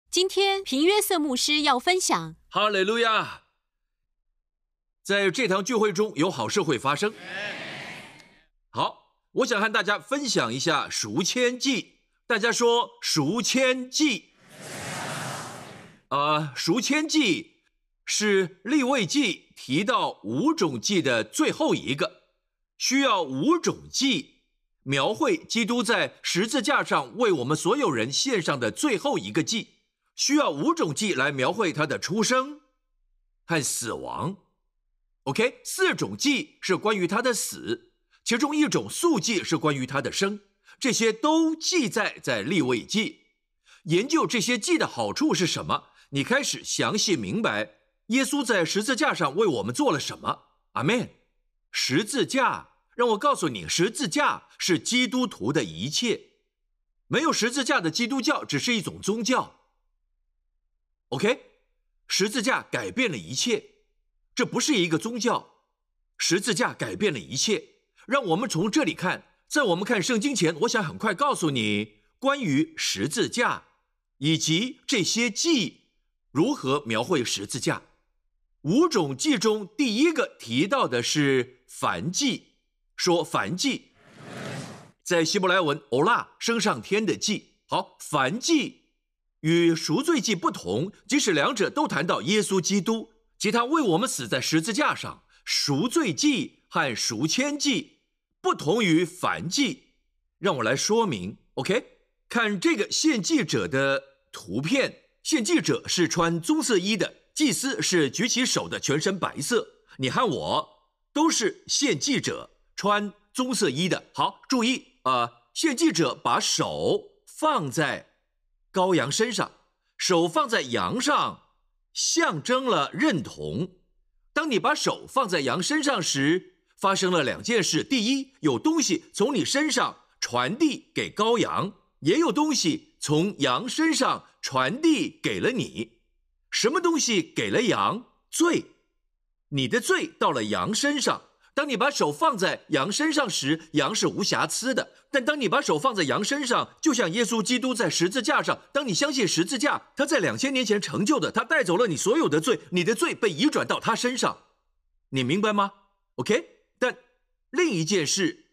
今天平约瑟牧师要分享。 哈利路亚！在这堂聚会中有好事会发生。好，我想和大家分享一下赎愆祭。大家说赎愆祭。赎愆祭是利未记提到5种祭的最后一个，需要5种祭描绘基督在十字架上为我们所有人献上的最后一个祭。需要5种祭来描绘他的出生和死亡。OK， 4种祭是关于他的死，其中1种素祭是关于他的生，这些都记载在利未记。研究这些祭的好处是什么？你开始详细明白耶稣在十字架上为我们做了什么。阿们。十字架，让我告诉你，十字架是基督徒的一切。没有十字架的基督教只是一种宗教。OK， 十字架改变了一切，这不是一个宗教，十字架改变了一切。让我们从这里看，在我们看圣经前，我想很快告诉你关于十字架以及这些祭如何描绘十字架。5种祭中第一个提到的是燔祭，说燔祭在希伯来文欧拉，升上天的祭。好，燔祭与赎罪祭不同，即使两者都谈到耶稣基督及他为我们死在十字架上。赎罪祭和赎愆祭不同于燔祭，让我来说明。 OK， 看这个献祭者的图片，献祭者是穿棕色衣的，祭司是举起手的，全身白色。你和我都是献祭者，穿棕色衣的。好，注意献祭者把手放在羔羊身上，手放在羊上，象征了认同。当你把手放在羊身上时，发生了2件事。第一，有东西从你身上传递给羔羊，也有东西从羊身上传递给了你。什么东西给了羊？罪。你的罪到了羊身上。当你把手放在羊身上时，羊是无瑕疵的。但当你把手放在羊身上，就像耶稣基督在十字架上，当你相信十字架，他在2000年前成就的，他带走了你所有的罪，你的罪被移转到他身上。你明白吗？ OK， 但另一件事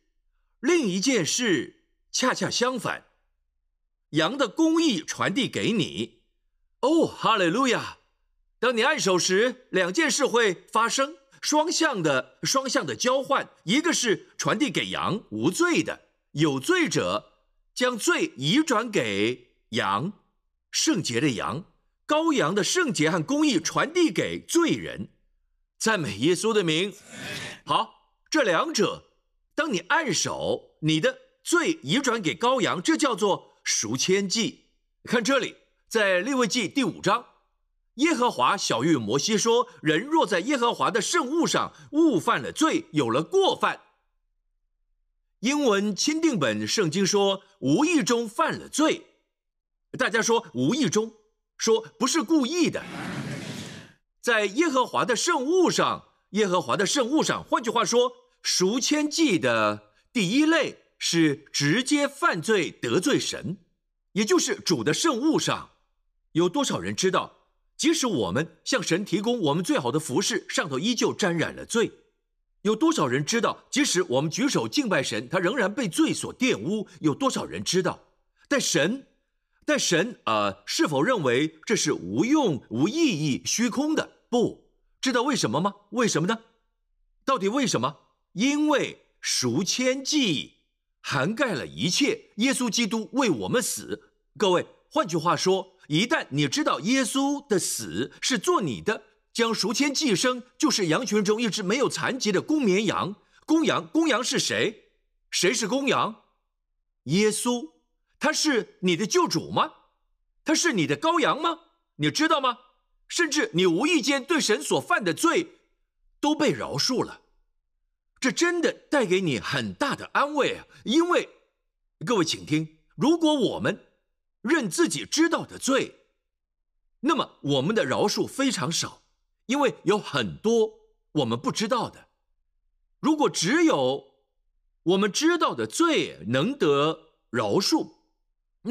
恰恰相反，羊的公义传递给你。哦，哈利路亚！当你按手时，2件事会发生，双向的交换。一个是传递给羊，无罪的，有罪者将罪移转给羊，圣洁的羊，羔羊的圣洁和公义传递给罪人。赞美耶稣的名。好，这2者，当你按手，你的罪移转给羔羊，这叫做赎愆祭。看这里，在利未记第5章，耶和华晓谕摩西说，人若在耶和华的圣物上误犯了罪，有了过犯。英文钦定本圣经说无意中犯了罪。大家说无意中，说不是故意的。在耶和华的圣物上，换句话说，赎愆祭的第一类是直接犯罪得罪神，也就是主的圣物上。有多少人知道，即使我们向神提供我们最好的服事，上头依旧沾染了罪？有多少人知道，即使我们举手敬拜神，他仍然被罪所玷污？有多少人知道？但神是否认为这是无用、无意义、虚空的？不知道为什么吗？为什么呢？到底为什么？因为赎愆祭涵盖了一切，耶稣基督为我们死。各位，换句话说，一旦你知道耶稣的死是做你的，将赎愆祭牲，就是羊群中一只没有残疾的公绵羊。公羊是谁？谁是公羊？耶稣。他是你的救主吗？他是你的羔羊吗？你知道吗？甚至你无意间对神所犯的罪都被饶恕了。这真的带给你很大的安慰啊！因为各位请听，如果我们认自己知道的罪，那么我们的饶恕非常少，因为有很多我们不知道的。如果只有我们知道的罪能得饶恕，那么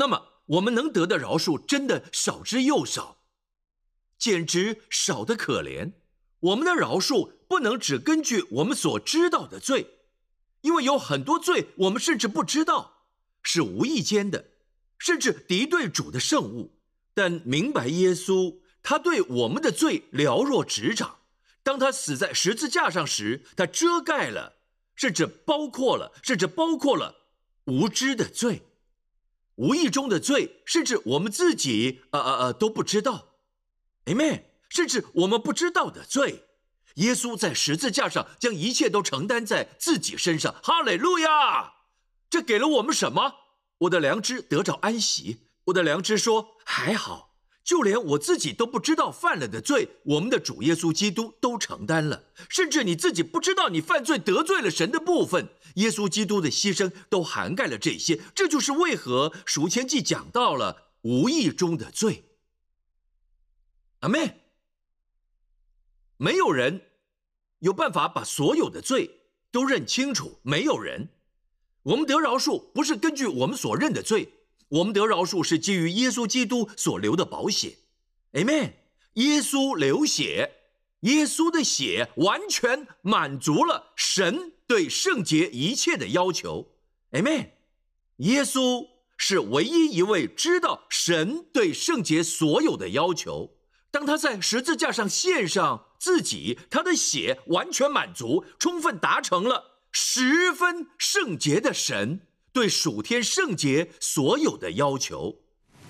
我们能得的饶恕真的少之又少，简直少得可怜。我们的饶恕不能只根据我们所知道的罪，因为有很多罪我们甚至不知道，是无意间的，甚至敌对主的圣物。但明白耶稣，他对我们的罪了若指掌。当他死在十字架上时，他遮盖了，甚至包括了无知的罪，无意中的罪，甚至我们自己都不知道。Amen。甚至我们不知道的罪，耶稣在十字架上将一切都承担在自己身上。哈利路亚！这给了我们什么？我的良知得着安息。我的良知说，还好，就连我自己都不知道犯了的罪，我们的主耶稣基督都承担了。甚至你自己不知道你犯罪得罪了神的部分，耶稣基督的牺牲都涵盖了这些。这就是为何赎愆记讲到了无意中的罪。阿们。没有人有办法把所有的罪都认清楚，没有人。我们得饶恕不是根据我们所认的罪，我们得饶恕是基于耶稣基督所流的宝血。 Amen。 耶稣流血，耶稣的血完全满足了神对圣洁一切的要求。 Amen。 耶稣是唯一一位知道神对圣洁所有的要求。当他在十字架上献上自己，他的血完全满足，充分达成了十分圣洁的神对属天圣洁所有的要求。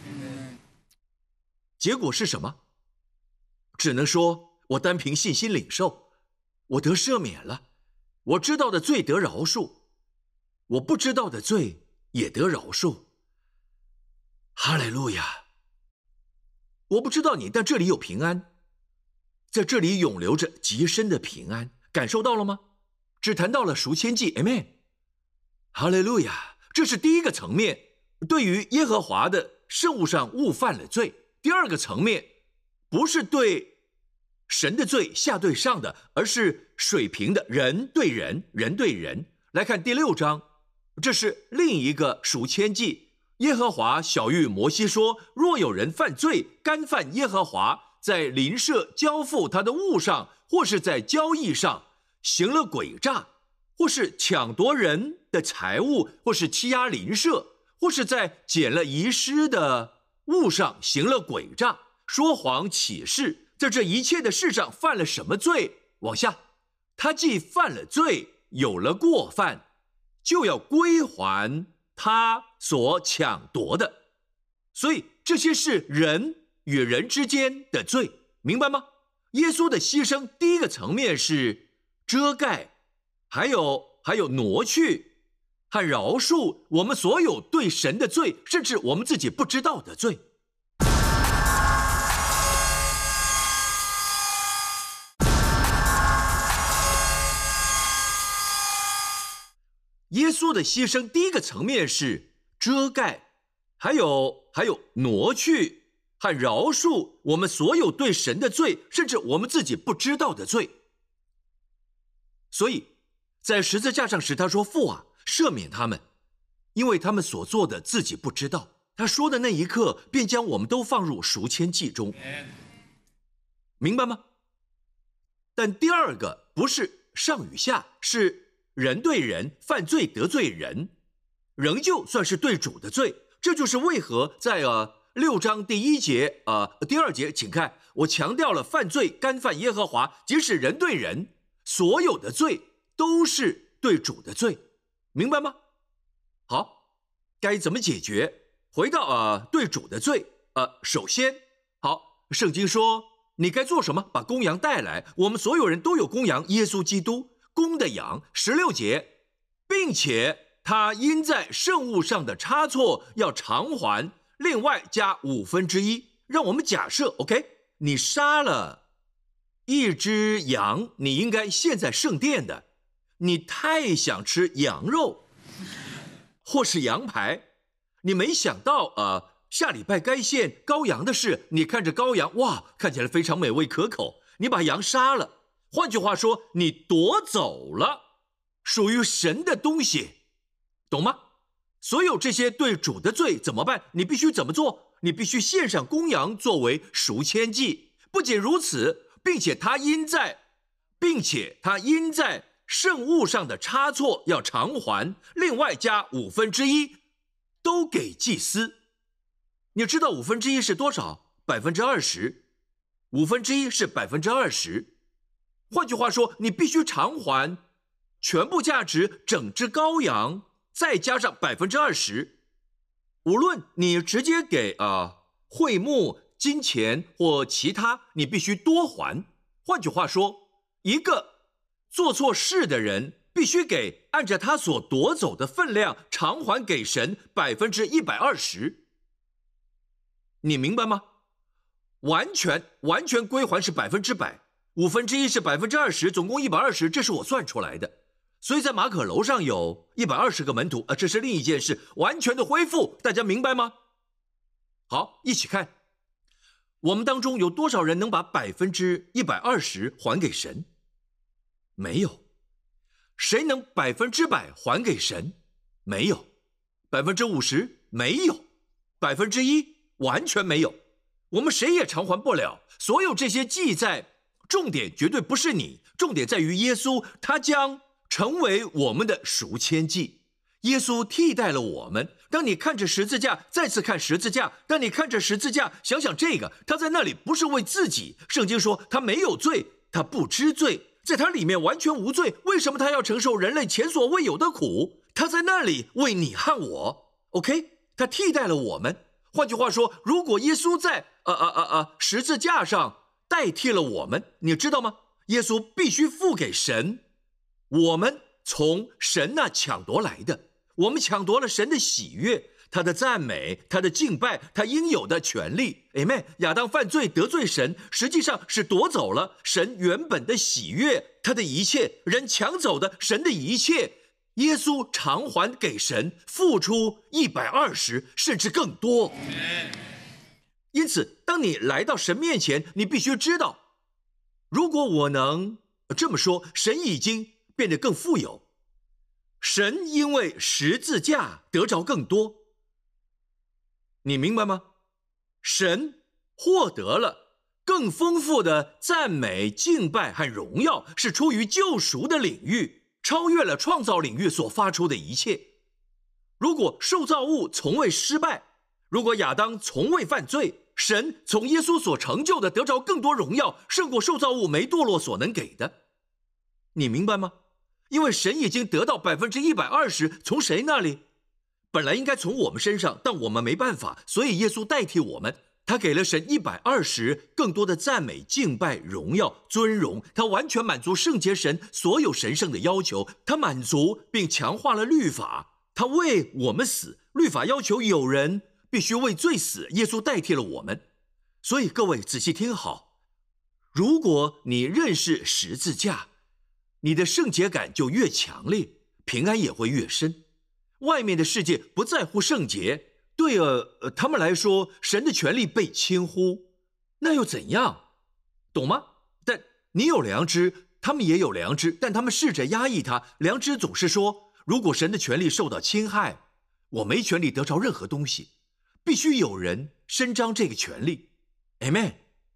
结果是什么？只能说我单凭信心领受，我得赦免了，我知道的罪得饶恕，我不知道的罪也得饶恕。哈利路亚！我不知道你，但这里有平安，在这里永留着极深的平安，感受到了吗？只谈到了赎愆祭 Amen。 哈利路亚！这是第一个层面，对于耶和华的圣物上误犯了罪。第二个层面，不是对神的罪下对上的，而是水平的人对人，人对人。来看第6章，这是另一个赎愆祭。耶和华晓谕摩西说，若有人犯罪，干犯耶和华，在邻舍交付他的物上，或是在交易上行了诡诈，或是抢夺人的财物，或是欺压邻舍，或是在捡了遗失的物上行了诡诈，说谎起誓，在这一切的事上犯了什么罪？往下，他既犯了罪，有了过犯，就要归还他所抢夺的。所以这些是人与人之间的罪，明白吗？耶稣的牺牲第一个层面是遮盖，还有挪去和饶恕我们所有对神的罪，甚至我们自己不知道的罪。耶稣的牺牲第一个层面是遮盖，还有挪去和饶恕我们所有对神的罪，甚至我们自己不知道的罪。所以在十字架上时，他说，父啊，赦免他们，因为他们所做的自己不知道。他说的那一刻，便将我们都放入赎愆祭中，明白吗？但第二个不是上与下，是人对人犯罪得罪人，仍旧算是对主的罪。这就是为何在6章第1节第2节，请看，我强调了犯罪干犯耶和华，即使人对人，所有的罪都是对主的罪，明白吗？好，该怎么解决？回到对主的罪，首先，好，圣经说你该做什么？把公羊带来，我们所有人都有公羊，耶稣基督公的羊。16节，并且他因在圣物上的差错要偿还，另外加1/5。让我们假设 OK， 你杀了一只羊，你应该献在圣殿的，你太想吃羊肉或是羊排，你没想到下礼拜该献羔羊的事，你看着羔羊，哇，看起来非常美味可口，你把羊杀了。换句话说，你夺走了属于神的东西，懂吗？ 所有这些对主的罪怎么办？你必须怎么做？你必须献上公羊作为赎愆祭。不仅如此，并且他因在圣物上的差错要偿还，另外加1/5，都给祭司。你知道1/5是多少？20%，1/5是20%。换句话说，你必须偿还全部价值整只羔羊，再加上20%。无论你直接给会幕、金钱或其他，你必须多还。换句话说，一个做错事的人必须给按照他所夺走的分量偿还给神120%。你明白吗？完全归还是100%，1/5是20%，总共120，这是我算出来的。所以在马可楼上有120个门徒，这是另一件事，完全的恢复，大家明白吗？好，一起看，我们当中有多少人能把120%还给神？没有。谁能100%还给神？没有。50%？没有。1%？完全没有。我们谁也偿还不了。所有这些记载，重点绝对不是你，重点在于耶稣，他将成为我们的赎愆祭。耶稣替代了我们。当你看着十字架，再次看十字架，当你看着十字架，想想这个，他在那里不是为自己。圣经说他没有罪，他不知罪，在他里面完全无罪。为什么他要承受人类前所未有的苦？他在那里为你和我 ，OK？ 他替代了我们。换句话说，如果耶稣在十字架上代替了我们，你知道吗？耶稣必须付给神我们从神那抢夺来的。我们抢夺了神的喜悦，他的赞美，他的敬拜，他应有的权利。Amen。亚当犯罪得罪神，实际上是夺走了神原本的喜悦，他的一切，人抢走的神的一切，耶稣偿还给神，付出120%甚至更多。因此，当你来到神面前，你必须知道，如果我能这么说，神已经变得更富有。神因为十字架得着更多，你明白吗？神获得了更丰富的赞美、敬拜和荣耀，是出于救赎的领域，超越了创造领域所发出的一切。如果受造物从未失败，如果亚当从未犯罪，神从耶稣所成就的得着更多荣耀，胜过受造物没堕落所能给的。你明白吗？因为神已经得到120%，从谁那里？本来应该从我们身上，但我们没办法，所以耶稣代替我们，他给了神120%更多的赞美、敬拜、荣耀、尊荣。他完全满足圣洁神所有神圣的要求，他满足并强化了律法，他为我们死。律法要求有人必须为罪死，耶稣代替了我们。所以各位仔细听好，如果你认识十字架，你的圣洁感就越强烈，平安也会越深。外面的世界不在乎圣洁，对他们来说，神的权利被轻忽，那又怎样？懂吗？但你有良知，他们也有良知，但他们试着压抑它。良知总是说，如果神的权利受到侵害，我没权利得着任何东西，必须有人伸张这个权利。Amen。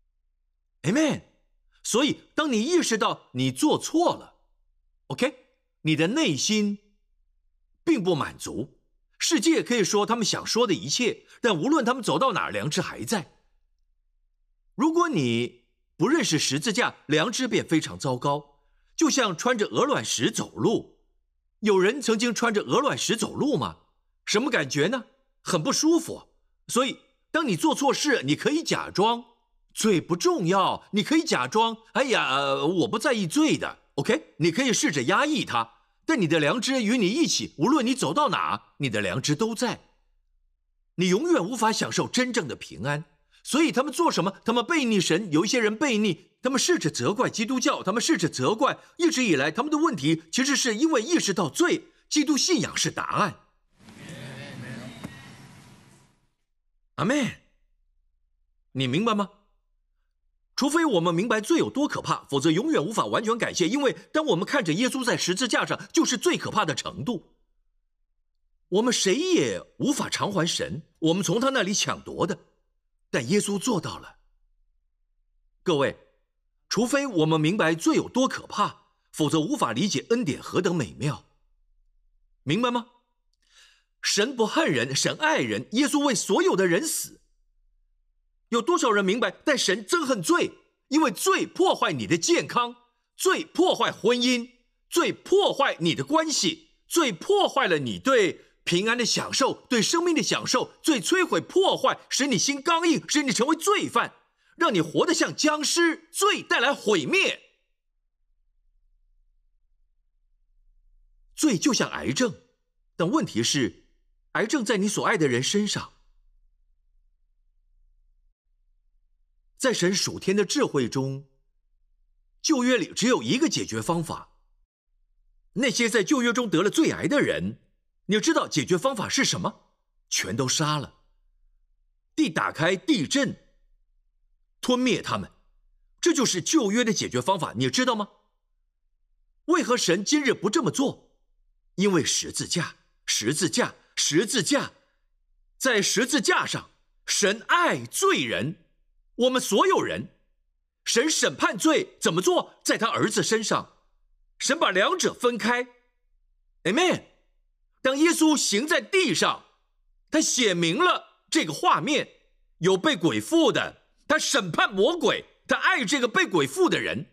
Amen。 所以当你意识到你做错了，OK， 你的内心并不满足。世界可以说他们想说的一切，但无论他们走到哪儿，良知还在。如果你不认识十字架，良知便非常糟糕，就像穿着鹅卵石走路。有人曾经穿着鹅卵石走路吗？什么感觉呢？很不舒服。所以当你做错事，你可以假装罪不重要，你可以假装哎呀我不在意罪的 OK， 你可以试着压抑它，但你的良知与你一起，无论你走到哪，你的良知都在。你永远无法享受真正的平安。所以他们做什么？他们悖逆神。有一些人悖逆，他们试着责怪基督教，他们试着责怪一直以来他们的问题其实是因为意识到罪，基督信仰是答案。阿们，你明白吗？除非我们明白罪有多可怕，否则永远无法完全感谢。因为当我们看着耶稣在十字架上，就是最可怕的程度。 我们谁也无法偿还神我们从他那里抢夺的，但耶稣做到了。各位，除非我们明白罪有多可怕，否则无法理解恩典何等美妙。明白吗？神不恨人，神爱人，耶稣为所有的人死。有多少人明白？但神憎恨罪，因为罪破坏你的健康，罪破坏婚姻，罪破坏你的关系，罪破坏了你对平安的享受，对生命的享受，罪摧毁破坏，使你心刚硬，使你成为罪犯，让你活得像僵尸。罪带来毁灭。罪就像癌症，但问题是，癌症在你所爱的人身上。在神属天的智慧中，旧约里只有一个解决方法。那些在旧约中得了罪癌的人，你知道解决方法是什么？全都杀了，地打开，地震，吞灭他们。这就是旧约的解决方法，你知道吗？为何神今日不这么做？因为十字架，十字架，十字架，在十字架上，神爱罪人，我们所有人。神审判罪怎么做？在他儿子身上，神把两者分开。 Amen。 当耶稣行在地上，他写明了这个画面，有被鬼附的，他审判魔鬼，他爱这个被鬼附的人。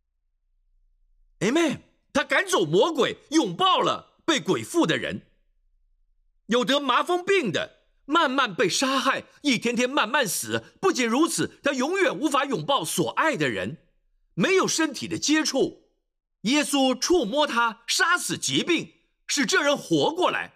Amen。 他赶走魔鬼，拥抱了被鬼附的人。有得麻风病的慢慢被杀害，一天天慢慢死。不仅如此，他永远无法拥抱所爱的人，没有身体的接触。耶稣触摸他，杀死疾病，使这人活过来。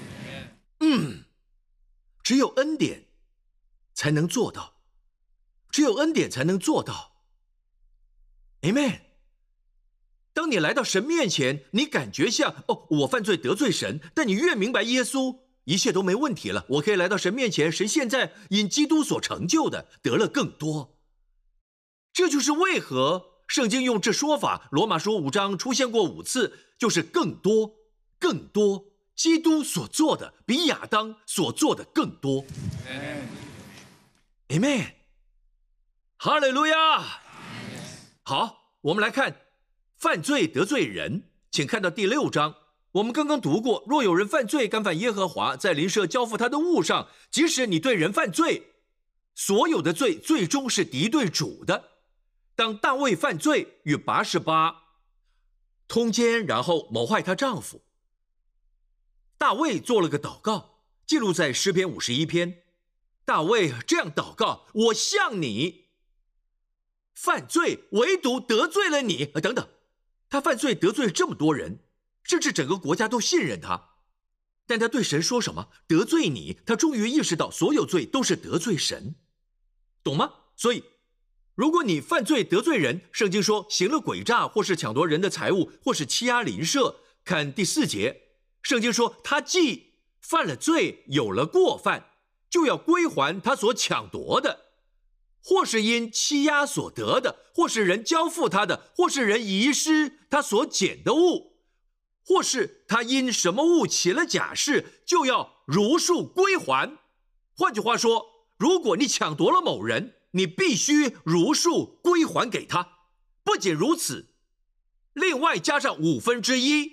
只有恩典才能做到，只有恩典才能做到。 Amen。 当你来到神面前，你感觉像我犯罪得罪神，但你越明白耶稣，一切都没问题了。我可以来到神面前，神现在因基督所成就的得了更多。这就是为何圣经用这说法，罗马书5章出现过5次，就是更多，更多。基督所做的比亚当所做的更多。Amen。 哈利路亚。好，我们来看犯罪得罪人，请看到第6章。我们刚刚读过，若有人犯罪，干犯耶和华在邻舍交付他的物上，即使你对人犯罪，所有的罪最终是敌对主的。当大卫犯罪，与拔示巴通奸，然后谋害她丈夫，大卫做了个祷告，记录在诗篇51篇。大卫这样祷告：我向你犯罪，唯独得罪了你。等等，他犯罪得罪这么多人，甚至整个国家都信任他，但他对神说什么？得罪你。他终于意识到所有罪都是得罪神，懂吗？所以如果你犯罪得罪人，圣经说行了诡诈，或是抢夺人的财物，或是欺压邻舍。看第4节，圣经说他既犯了罪，有了过犯，就要归还他所抢夺的，或是因欺压所得的，或是人交付他的，或是人遗失他所捡的物，或是他因什么物起了假誓，就要如数归还。换句话说，如果你抢夺了某人，你必须如数归还给他。不仅如此，另外加上1/5。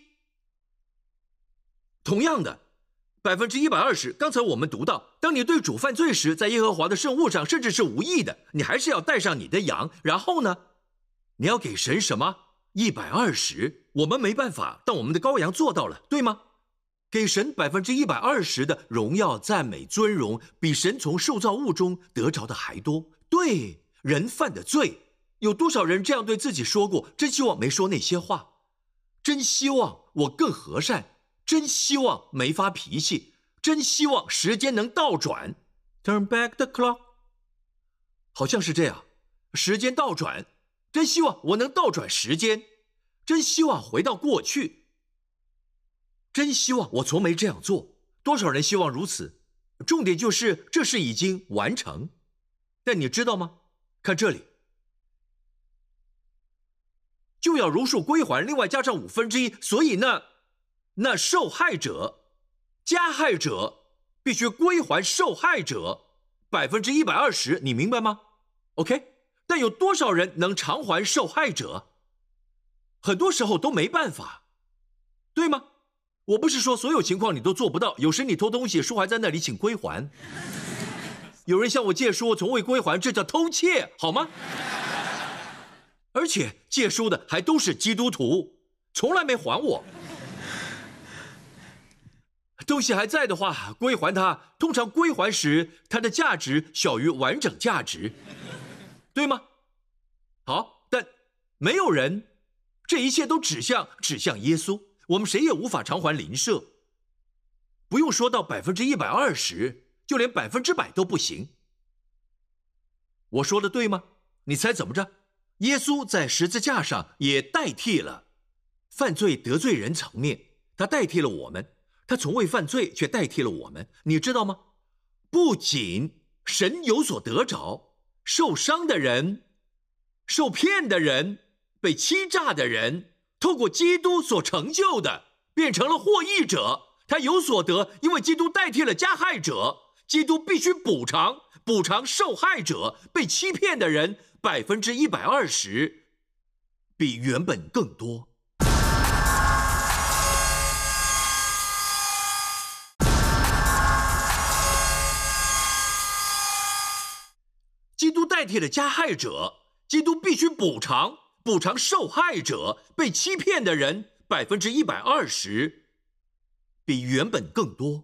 同样的，120%。刚才我们读到，当你对主犯罪时，在耶和华的圣物上，甚至是无意的，你还是要带上你的羊。然后呢，你要给神什么？120%。我们没办法，但我们的羔羊做到了，对吗？给神120%的荣耀、赞美、尊荣，比神从受造物中得着的还多。对人犯的罪，有多少人这样对自己说过？真希望没说那些话，真希望我更和善，真希望没发脾气，真希望时间能倒转 ，Turn back the clock， 好像是这样，时间倒转，真希望我能倒转时间，真希望回到过去，真希望我从没这样做。多少人希望如此？重点就是这事已经完成。但你知道吗？看这里，就要如数归还，另外加上1/5。所以那受害者加害者必须归还受害者120%，你明白吗 ？OK， 但有多少人能偿还受害者？很多时候都没办法，对吗？我不是说所有情况你都做不到，有时你偷东西，书还在那里，请归还。有人向我借书，从未归还，这叫偷窃，好吗？而且借书的还都是基督徒，从来没还我。东西还在的话，归还它，通常归还时，它的价值小于完整价值，对吗？好，但没有人，这一切都指向耶稣，我们谁也无法偿还邻舍，不用说到120%，就连100%都不行。我说的对吗？你猜怎么着？耶稣在十字架上也代替了犯罪得罪人层面，他代替了我们，他从未犯罪却代替了我们，你知道吗？不仅神有所得着，受伤的人、受骗的人、被欺诈的人，透过基督所成就的，变成了获益者，他有所得，因为基督代替了加害者，基督必须补偿受害者、被欺骗的人120%，比原本更多。基督代替了加害者，基督必须补偿受害者、被欺骗的人120%，比原本更多。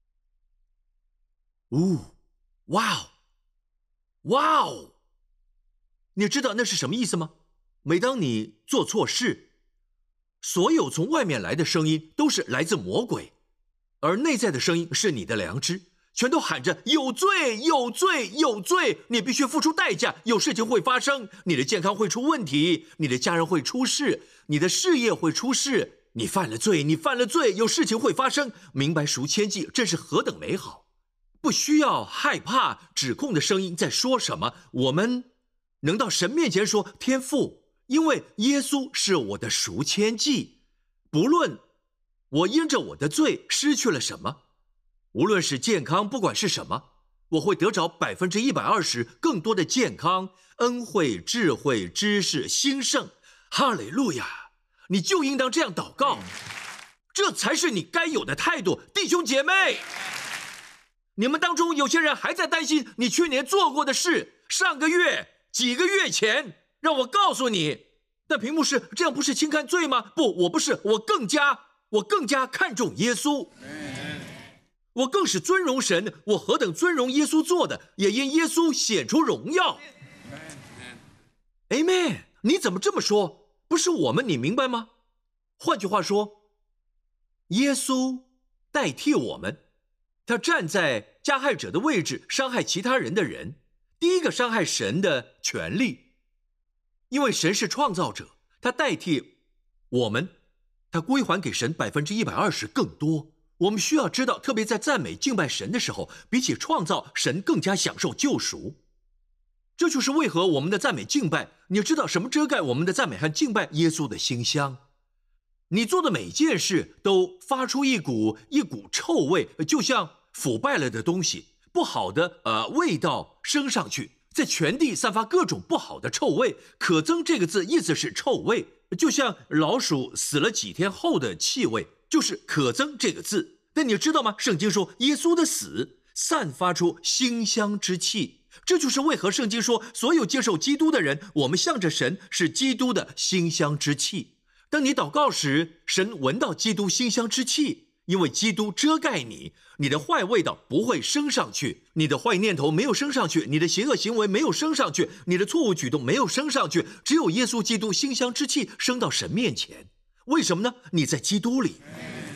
哇哦！你知道那是什么意思吗？每当你做错事，所有从外面来的声音都是来自魔鬼，而内在的声音是你的良知，全都喊着有罪有罪有罪，你必须付出代价，有事情会发生，你的健康会出问题，你的家人会出事，你的事业会出事，你犯了罪，有事情会发生，明白赎千计，这是何等美好！不需要害怕指控的声音在说什么，我们能到神面前说，天父，因为耶稣是我的赎千计，不论我因着我的罪失去了什么，无论是健康，不管是什么，我会得着120%更多的健康、恩惠、智慧、知识、兴盛。哈利路亚！你就应当这样祷告，这才是你该有的态度，弟兄姐妹。你们当中有些人还在担心你去年做过的事，上个月、几个月前，让我告诉你，但屏幕是这样，不是轻看罪吗？不，我不是，我更加看重耶稣，我更是尊荣神，我何等尊荣耶稣做的，也因耶稣显出荣耀。Amen！ 你怎么这么说？不是我们，你明白吗？换句话说，耶稣代替我们。他站在加害者的位置，伤害其他人的人，第一个伤害神的权利，因为神是创造者，他代替我们，他归还给神120%更多。我们需要知道，特别在赞美敬拜神的时候，比起创造，神更加享受救赎。这就是为何我们的赞美敬拜，你知道什么遮盖我们的赞美和敬拜？耶稣的馨香。你做的每件事都发出一股臭味，就像腐败了的东西，不好的味道升上去，在全地散发各种不好的臭味。可憎这个字意思是臭味，就像老鼠死了几天后的气味，就是可憎这个字。但你知道吗？圣经说耶稣的死散发出馨香之气，这就是为何圣经说所有接受基督的人，我们向着神是基督的馨香之气。当你祷告时，神闻到基督馨香之气，因为基督遮盖你，你的坏味道不会升上去，你的坏念头没有升上去，你的邪恶行为没有升上去，你的错误举动没有升上去，只有耶稣基督馨香之气升到神面前。为什么呢？你在基督里。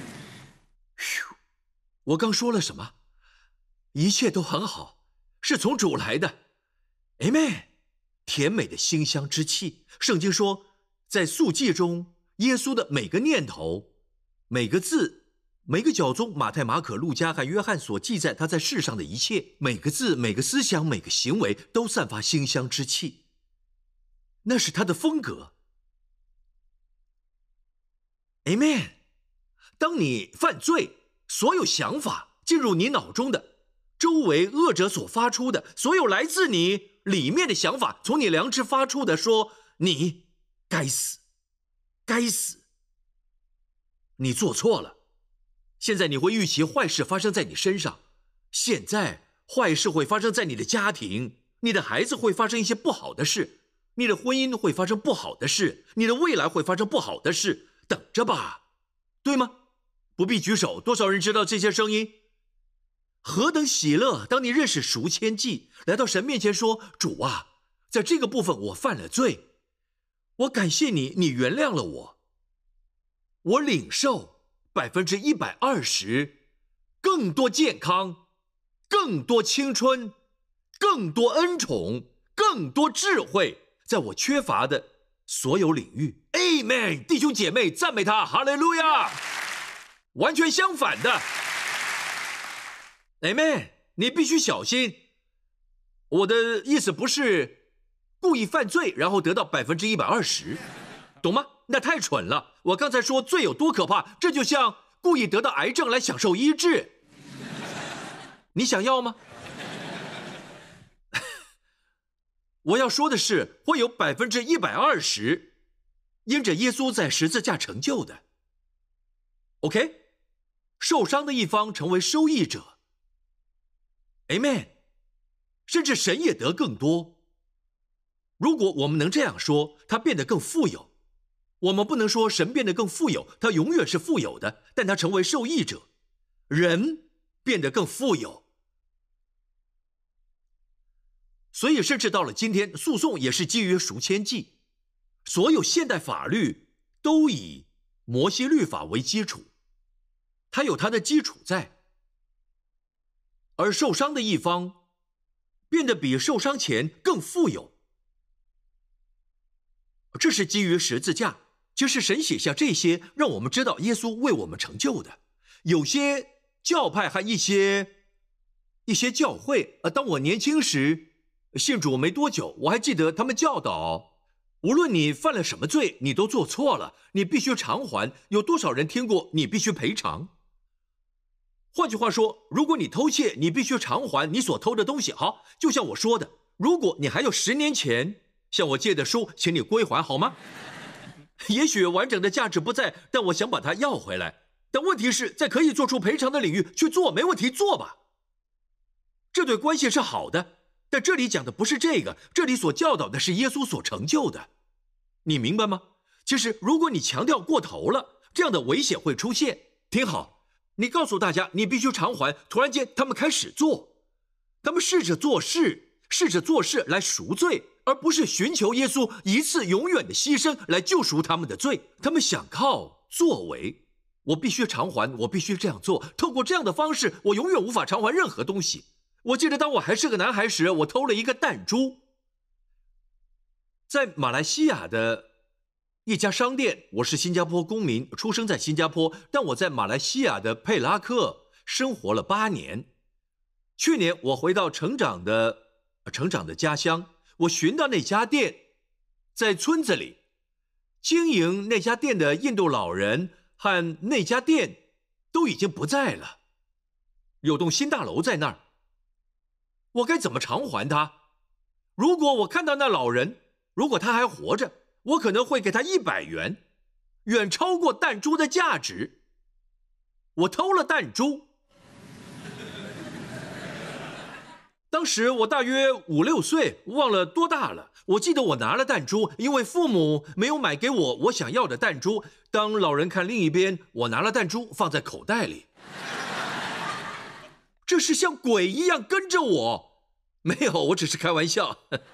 我刚说了什么？一切都很好，是从主来的。Amen！ 甜美的馨香之气。圣经说，在宿记中，耶稣的每个念头、每个字、每个脚踪，马太、马可、路加和约翰所记载他在世上的一切，每个字、每个思想、每个行为都散发馨香之气，那是他的风格。Amen！ 当你犯罪， 所有想法进入你脑中的，周围恶者所发出的，所有来自你里面的想法，从你良知发出的，说你该死，该死，你做错了。现在你会预期坏事发生在你身上，现在坏事会发生在你的家庭，你的孩子会发生一些不好的事，你的婚姻会发生不好的事，你的未来会发生不好的事，等着吧，对吗？不必举手，多少人知道这些声音？何等喜乐，当你认识赎愆祭，来到神面前说，主啊，在这个部分我犯了罪，我感谢你，你原谅了我，我领受120%更多健康，更多青春，更多恩宠，更多智慧，在我缺乏的所有领域。 Amen， 弟兄姐妹，赞美他，哈利路亚。完全相反的 Amen， 你必须小心。我的意思不是故意犯罪然后得到120%，懂吗？那太蠢了。我刚才说罪有多可怕，这就像故意得到癌症来享受医治，你想要吗？我要说的是，会有120%因着耶稣在十字架成就的。OK， 受伤的一方成为受益者。Amen， 甚至神也得更多。如果我们能这样说，他变得更富有。我们不能说神变得更富有，他永远是富有的，但他成为受益者。人变得更富有。所以甚至到了今天，诉讼也是基于赎愆祭。所有现代法律都以摩西律法为基础，它有它的基础在。而受伤的一方变得比受伤前更富有，这是基于十字架。就是神写下这些，让我们知道耶稣为我们成就的。有些教派和一些教会，当我年轻时信主没多久，我还记得他们教导，无论你犯了什么罪，你都做错了，你必须偿还。有多少人听过你必须赔偿？换句话说，如果你偷窃，你必须偿还你所偷的东西。好，就像我说的，如果你还有10年前向我借的书，请你归还好吗？也许完整的价值不在，但我想把它要回来。但问题是在可以做出赔偿的领域去做，没问题，做吧。这对关系是好的，但这里讲的不是这个，这里所教导的是耶稣所成就的。你明白吗？其实如果你强调过头了，这样的危险会出现。听好，你告诉大家你必须偿还，突然间他们开始做，他们试着做事来赎罪，而不是寻求耶稣一次永远的牺牲来救赎他们的罪。他们想靠作为，我必须偿还，我必须这样做，透过这样的方式，我永远无法偿还任何东西。我记得当我还是个男孩时，我偷了一个弹珠，在马来西亚的一家商店。我是新加坡公民，出生在新加坡，但我在马来西亚的佩拉克生活了8年。去年我回到成长的家乡，我寻到那家店，在村子里经营那家店的印度老人和那家店都已经不在了，有栋新大楼在那儿。我该怎么偿还他？如果我看到那老人，如果他还活着，我可能会给他100元，远超过弹珠的价值。我偷了弹珠。当时我大约5、6岁，忘了多大了。我记得我拿了弹珠，因为父母没有买给我想要的弹珠。当老人看另一边，我拿了弹珠放在口袋里。这是像鬼一样跟着我。没有，我只是开玩笑。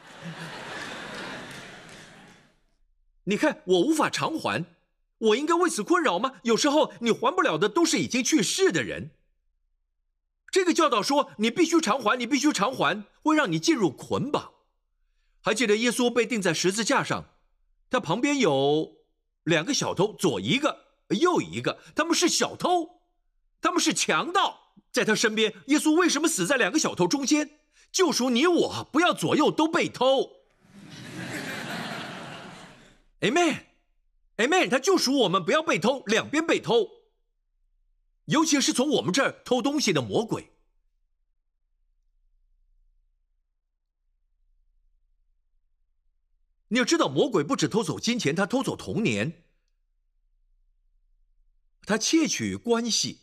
你看，我无法偿还，我应该为此困扰吗？有时候你还不了的都是已经去世的人。这个教导说你必须偿还，你必须偿还，会让你进入捆绑。还记得耶稣被钉在十字架上，他旁边有2个小偷，左一个右一个，他们是小偷，他们是强盗。在他身边，耶稣为什么死在2个小偷中间？救赎你我，不要左右都被偷。Amen， 他救赎我们不要被偷，两边被偷。 尤其是从我们这儿偷东西的魔鬼。你要知道，魔鬼不只偷走金钱，他偷走童年，他窃取关系。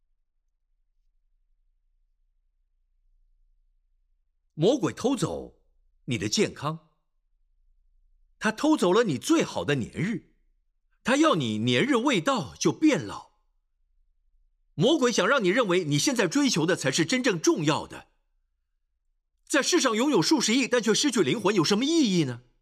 魔鬼偷走你的健康，他偷走了你最好的年日，他要你年日未到就变老。魔鬼想让你认为你现在追求的才是真正重要的。在世上拥有数十亿，但却失去灵魂，有什么意义呢？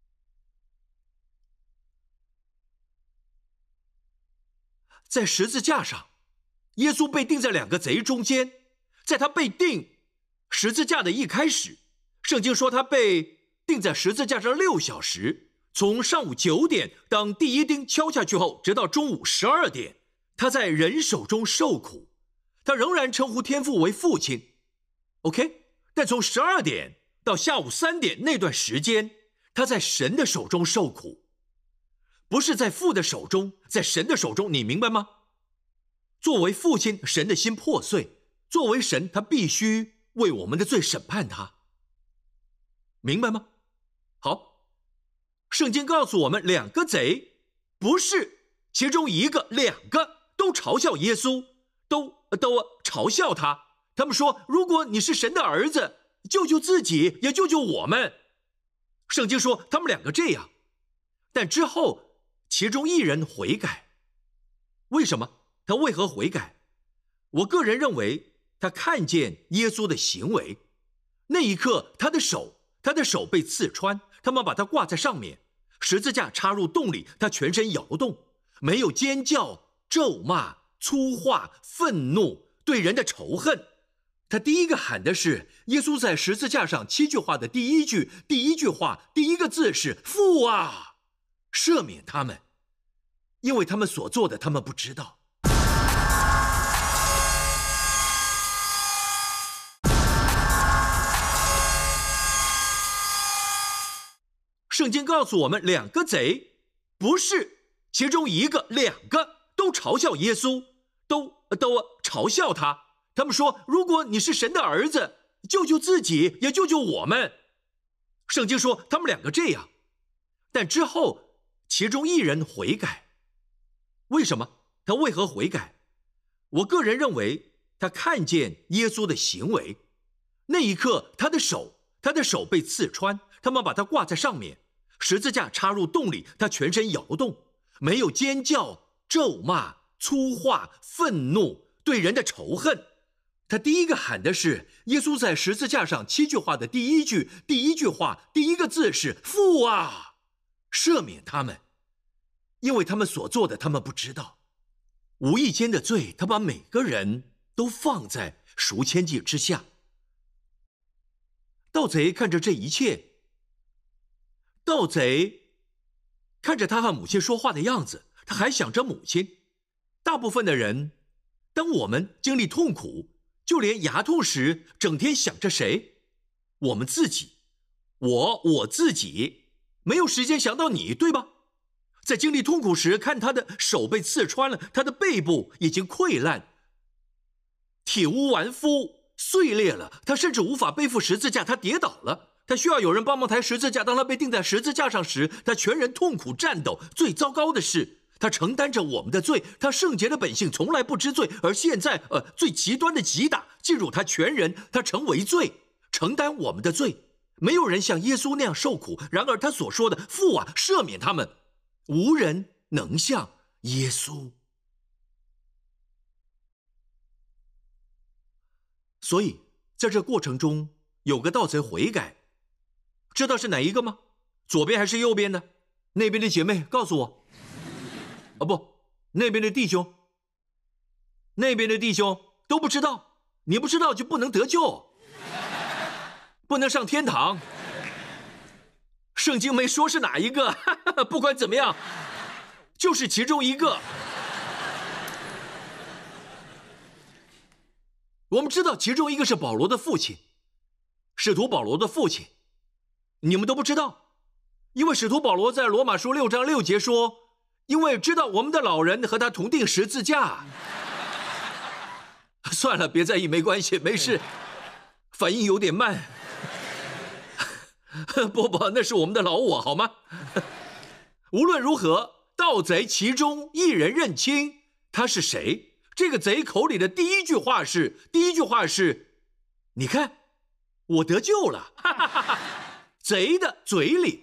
在十字架上，耶稣被钉在2个贼中间。在他被钉十字架的一开始，圣经说他被钉在十字架上6小时，从上午9点当第一钉敲下去后，直到中午12点，他在人手中受苦。他仍然称呼天父为父亲 ，OK？ 但从12点到下午3点那段时间，他在神的手中受苦。不是在父的手中，在神的手中，你明白吗？作为父亲，神的心破碎；作为神，他必须为我们的罪审判他，明白吗？好，圣经告诉我们，2个贼不是其中一个，2个都嘲笑耶稣，都嘲笑他。他们说：“如果你是神的儿子，救救自己，也救救我们。”圣经说他们2个这样，但之后其中一人悔改。为什么？他为何悔改？我个人认为，他看见耶稣的行为。那一刻，他的手被刺穿，他们把他挂在上面，十字架插入洞里，他全身摇动，没有尖叫、咒骂、粗话、愤怒、对人的仇恨。他第一个喊的是耶稣在十字架上7句话的第一句话，第一个字是父啊，赦免他们，因为他们所做的他们不知道。圣经告诉我们，2个贼不是其中一个，2个都嘲笑耶稣，都嘲笑他。他们说：“如果你是神的儿子，救救自己，也救救我们。”圣经说他们2个这样，但之后其中一人悔改。为什么？他为何悔改？我个人认为，他看见耶稣的行为。那一刻，他的手被刺穿，他们把他挂在上面，十字架插入洞里，他全身摇动，没有尖叫、咒骂、粗话、愤怒、对人的仇恨。他第一个喊的是耶稣在十字架上7句话的第一句话，第一个字是父啊，赦免他们，因为他们所做的他们不知道。无意间的罪，他把每个人都放在赎愆祭之下。盗贼看着这一切，盗贼看着他和母亲说话的样子，他还想着母亲。大部分的人，当我们经历痛苦，就连牙痛时，整天想着谁？我们自己，我自己，没有时间想到你，对吧？在经历痛苦时，看他的手被刺穿了，他的背部已经溃烂，体无完肤，碎裂了，他甚至无法背负十字架，他跌倒了，他需要有人帮忙抬十字架。当他被钉在十字架上时，他全人痛苦颤抖。最糟糕的是，他承担着我们的罪，他圣洁的本性从来不知罪，而现在最极端的击打进入他全人，他成为罪，承担我们的罪。没有人像耶稣那样受苦，然而他所说的父啊，赦免他们，无人能像耶稣。所以在这过程中，有个盗贼悔改，知道是哪一个吗？左边还是右边的？那边的姐妹告诉我。不，那边的弟兄都不知道。你不知道就不能得救，不能上天堂。圣经没说是哪一个，不管怎么样，就是其中一个。我们知道其中一个是保罗的父亲，使徒保罗的父亲，你们都不知道，因为使徒保罗在罗马书6章6节说，因为知道我们的老人和他同定十字架。 算了，别在意，没关系，没事。反应有点慢。不，那是我们的老我，好吗？无论如何，盗贼其中一人认清他是谁。这个贼口里的第一句话是：你看，我得救了。贼的嘴里。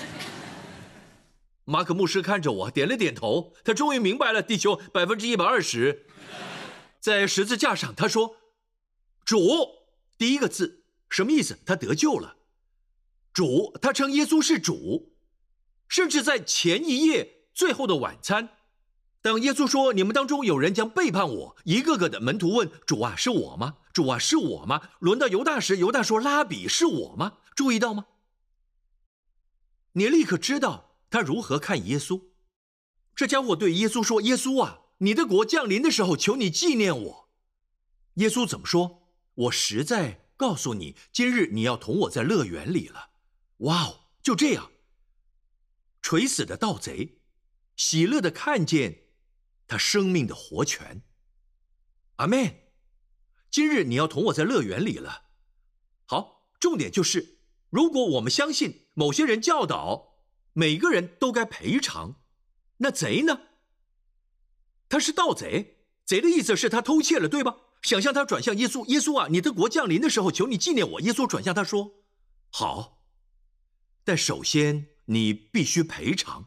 马可牧师看着我，点了点头。他终于明白了，弟兄120%。在十字架上，他说：“主，第一个字什么意思？他得救了。主，他称耶稣是主。甚至在前一夜最后的晚餐，当耶稣说你们当中有人将背叛我，一个个的门徒问：主啊，是我吗？主啊，是我吗？轮到犹大时，犹大说：拉比，是我吗？注意到吗？你立刻知道他如何看耶稣。这家伙对耶稣说：耶稣啊，你的国降临的时候，求你纪念我。耶稣怎么说？我实在告诉你，今日你要同我在乐园里了。哇哦，就这样，垂死的盗贼喜乐地看见他生命的活泉。阿们。今日你要同我在乐园里了。好，重点就是，如果我们相信某些人教导每个人都该赔偿，那贼呢？他是盗贼，贼的意思是他偷窃了，对吧？想象他转向耶稣：耶稣啊，你的国降临的时候，求你纪念我。耶稣转向他说：好，但首先你必须赔偿。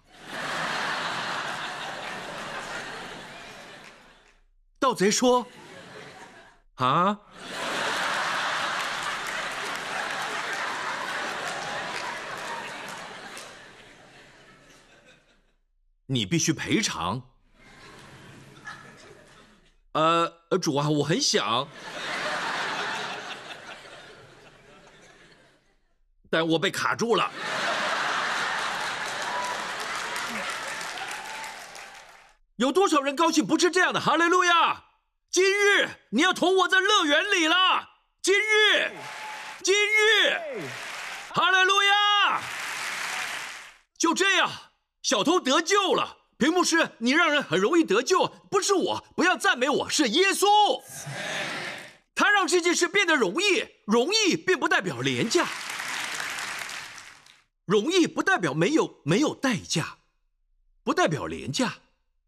盗贼说：啊？你必须赔偿。主啊，我很想，但我被卡住了。有多少人高兴不是这样的？哈利路亚！今日你要同我在乐园里了。今日，哈利路亚！就这样，小偷得救了。屏幕师，你让人很容易得救，不是我，不要赞美我，是耶稣。他让这件事变得容易，容易并不代表廉价，容易不代表没有代价，不代表廉价。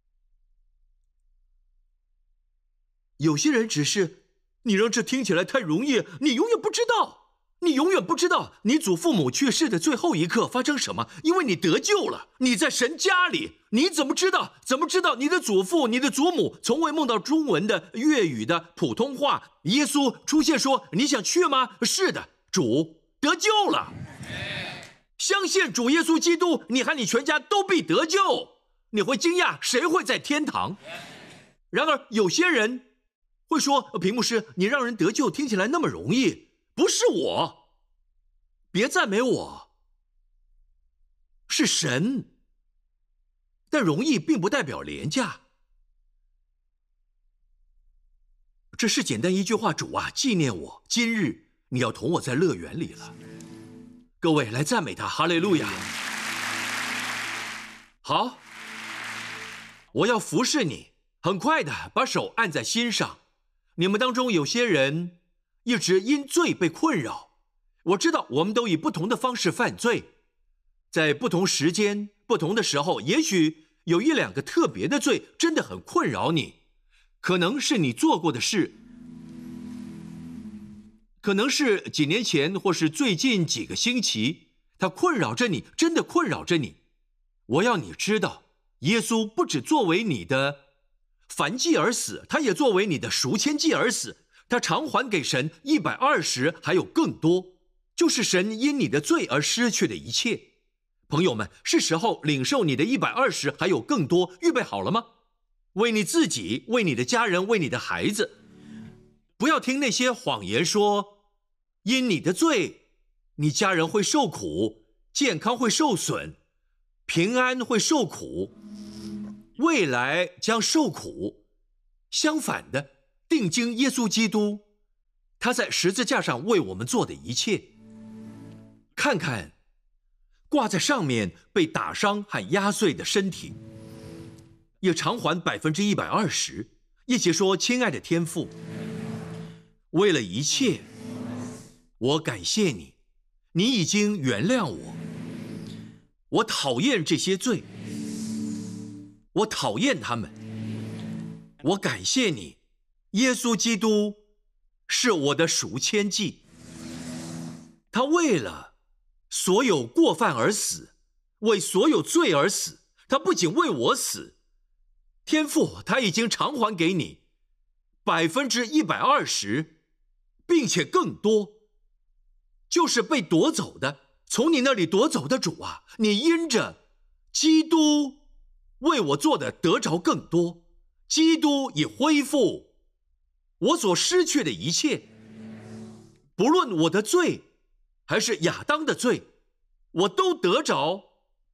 有些人只是，你让这听起来太容易，你永远不知道你祖父母去世的最后一刻发生什么，因为你得救了，你在神家里，你怎么知道你的祖父、你的祖母从未梦到中文的、粤语的、普通话？耶稣出现说：你想去吗？是的，主得救了。相信主耶稣基督，你和你全家都必得救。你会惊讶谁会在天堂。然而有些人会说：屏幕师，你让人得救听起来那么容易，不是我，别赞美我，是神。但容易并不代表廉价。这是简单一句话：主啊，纪念我，今日你要同我在乐园里了。各位来赞美他，哈利路亚。好，我要服侍你，很快的把手按在心上。你们当中有些人一直因罪被困扰，我知道我们都以不同的方式犯罪，在不同时间、不同的时候，也许有一两个特别的罪真的很困扰你，可能是你做过的事，可能是几年前或是最近几个星期，它困扰着你，真的困扰着你。我要你知道，耶稣不只作为你的燔祭而死，他也作为你的赎愆祭而死。他偿还给神120，还有更多，就是神因你的罪而失去的一切。朋友们，是时候领受你的120，还有更多。预备好了吗？为你自己，为你的家人，为你的孩子。不要听那些谎言说，因你的罪，你家人会受苦，健康会受损，平安会受苦，未来将受苦。相反的，定睛耶稣基督，他在十字架上为我们做的一切。看看挂在上面被打伤和压碎的身体，也偿还120%。一起说：亲爱的天父， 为了一切，我感谢你，你已经原谅我。我讨厌这些罪，我讨厌他们。我感谢你，耶稣基督是我的赎愆祭，他为了所有过犯而死，为所有罪而死。他不仅为我死，天父他已经偿还给你120%，并且更多，就是被夺走的，从你那里夺走的主啊，你因着基督为我做的得着更多。基督已恢复我所失去的一切，不论我的罪还是亚当的罪，我都得着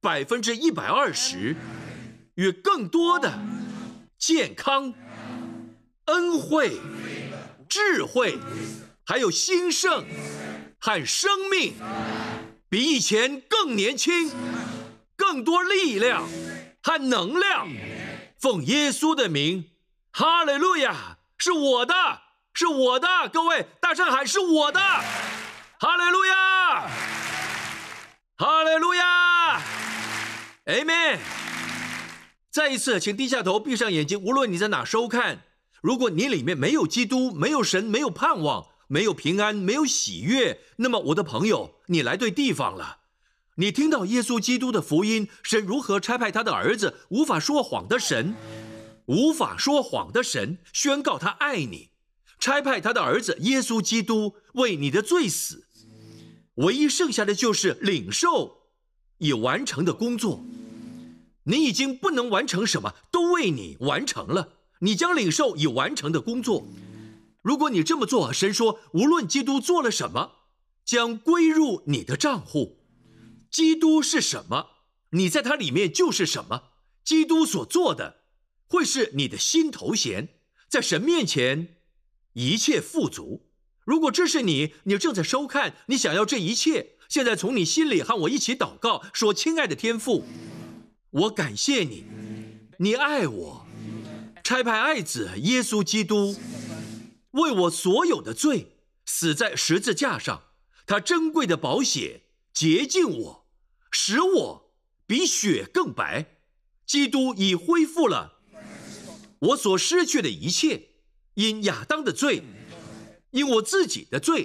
120%与更多的健康、恩惠、智慧，还有兴盛和生命，比以前更年轻，更多力量和能量。奉耶稣的名，哈利路亚！是我的，是我的，各位大声喊，是我的！哈利路亚，哈利路亚 ，Amen！ 再一次，请低下头，闭上眼睛。无论你在哪收看，如果你里面没有基督，没有神，没有盼望，没有平安，没有喜悦，那么我的朋友，你来对地方了。你听到耶稣基督的福音，神如何差派他的儿子，无法说谎的神，无法说谎的神宣告他爱你，差派他的儿子耶稣基督为你的罪死，唯一剩下的就是领受已完成的工作。你已经不能完成什么，都为你完成了，你将领受已完成的工作。如果你这么做，神说无论基督做了什么，将归入你的账户。基督是什么，你在他里面就是什么。基督所做的会是你的新头衔，在神面前一切富足。如果这是你正在收看，你想要这一切，现在从你心里和我一起祷告，说亲爱的天父，我感谢你，你爱我，差派爱子耶稣基督为我所有的罪死在十字架上，他珍贵的宝血洁净我，使我比雪更白。基督已恢复了我所失去的一切，因亚当的罪，因我自己的罪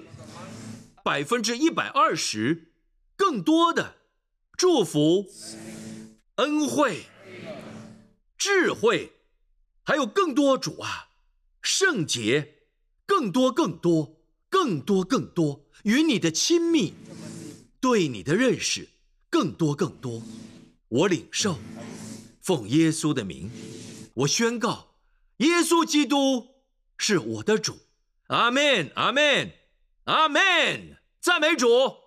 ，120%更多的祝福、恩惠、智慧，还有更多主啊，圣洁，更多更多更多更多，与你的亲密，对你的认识更多更多。我领受，奉耶稣的名，我宣告耶稣基督是我的主。阿们，阿们，阿们，赞美主。